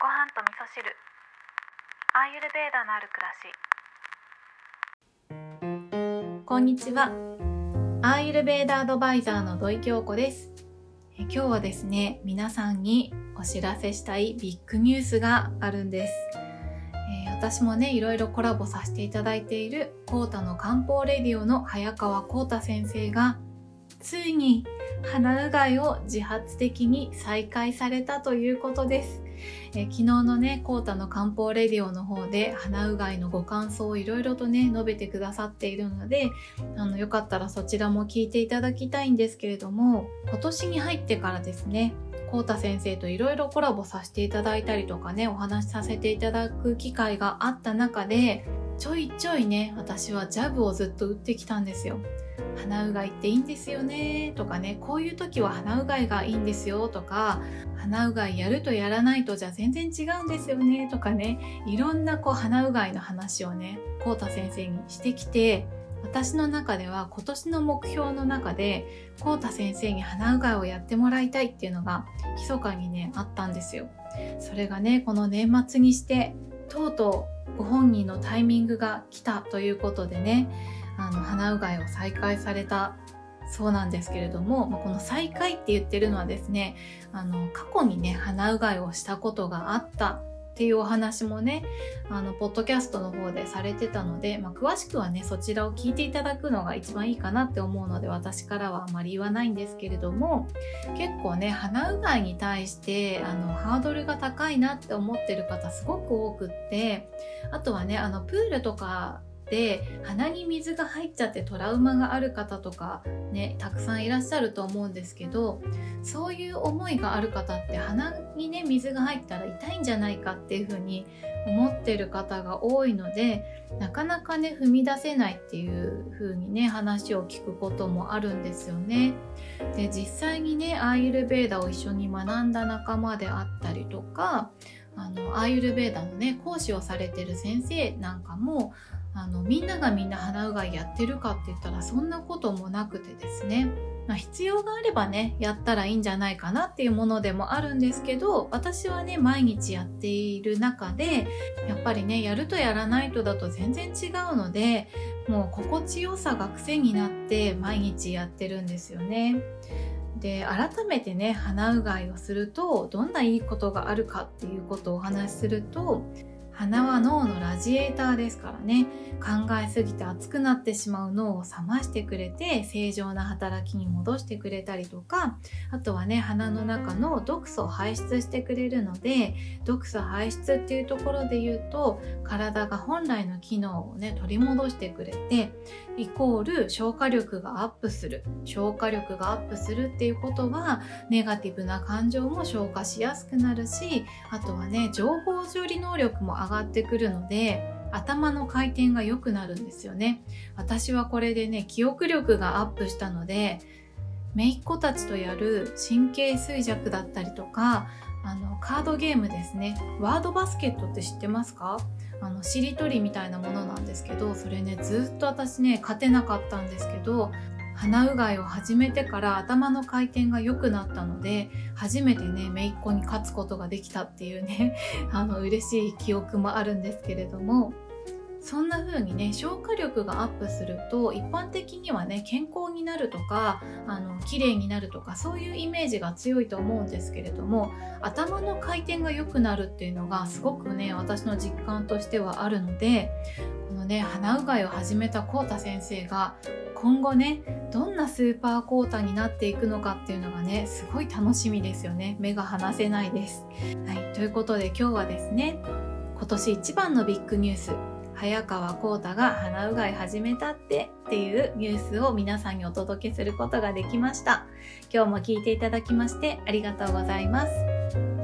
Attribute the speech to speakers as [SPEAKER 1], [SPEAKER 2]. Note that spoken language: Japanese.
[SPEAKER 1] ご飯と味噌汁、アーユルベーダのある暮らし。
[SPEAKER 2] こんにちは。アーユルベーダアドバイザーの土井京子です。今日はですね、皆さんにお知らせしたいビッグニュースがあるんです。私もね、いろいろコラボさせていただいているコータの漢方レディオの早川コータ先生がついに鼻うがいを自発的に再開されたということです。昨日のね、コータの漢方レディオの方で鼻うがいのご感想をいろいろとね、述べてくださっているので、よかったらそちらも聞いていただきたいんですけれども、今年に入ってからですね、コータ先生といろいろコラボさせていただいたりとかね、お話しさせていただく機会があった中で、ちょいちょいね、私はジャブをずっと打ってきたんですよ。鼻うがいっていいんですよねとかね、こういう時は鼻うがいがいいんですよとか、鼻うがいやるとやらないとじゃ全然違うんですよねとかね、いろんな鼻うがいの話をね、コータ先生にしてきて、私の中では今年の目標の中でコータ先生に鼻うがいをやってもらいたいっていうのが密かにねあったんですよ。それがね、この年末にしてとうとうご本人のタイミングが来たということでね、鼻うがいを再開されたそうなんですけれども、この再開って言ってるのはですね、過去にね鼻うがいをしたことがあったっていうお話もね、ポッドキャストの方でされてたので、詳しくはねそちらを聞いていただくのが一番いいかなって思うので、私からはあまり言わないんですけれども、結構ね鼻うがいに対してハードルが高いなって思ってる方すごく多くって、あとはねプールとかで鼻に水が入っちゃってトラウマがある方とかね、たくさんいらっしゃると思うんですけど、そういう思いがある方って鼻にね水が入ったら痛いんじゃないかっていう風に思ってる方が多いので、なかなかね踏み出せないっていう風にね話を聞くこともあるんですよね。で、実際にねアーユルベーダを一緒に学んだ仲間であったりとか、アーユルベーダのね講師をされてる先生なんかもみんながみんな鼻うがいやってるかって言ったらそんなこともなくてですね、必要があればねやったらいいんじゃないかなっていうものでもあるんですけど、私はね毎日やっている中でやっぱりねやるとやらないとだと全然違うので、もう心地よさが癖になって毎日やってるんですよね。で、改めてね鼻うがいをするとどんないいことがあるかっていうことをお話しすると、鼻は脳のラジエーターですからね、考えすぎて熱くなってしまう脳を冷ましてくれて正常な働きに戻してくれたりとか、あとはね鼻の中の毒素を排出してくれるので、毒素排出っていうところで言うと体が本来の機能をね取り戻してくれて、イコール消化力がアップする。消化力がアップするっていうことはネガティブな感情も消化しやすくなるし、あとはね情報処理能力も上がってくるので頭の回転が良くなるんですよね。私はこれでね記憶力がアップしたので、姪っ子たちとやる神経衰弱だったりとか、カードゲームですね、ワードバスケットって知ってますか？しりとりみたいなものなんですけど、それねずっと私ね勝てなかったんですけど、鼻うがいを始めてから頭の回転が良くなったので、初めてね姪っ子に勝つことができたっていうね嬉しい記憶もあるんですけれども、そんな風にね消化力がアップすると一般的にはね健康になるとか綺麗になるとか、そういうイメージが強いと思うんですけれども、頭の回転が良くなるっていうのがすごくね私の実感としてはあるので、このね鼻うがいを始めたコータ先生が今後ねどんなスーパーコータになっていくのかっていうのがねすごい楽しみですよね。目が離せないです。はい、ということで今日はですね、今年一番のビッグニュース、早川コータが鼻うがい始めたっていうニュースを皆さんにお届けすることができました。今日も聞いていただきましてありがとうございます。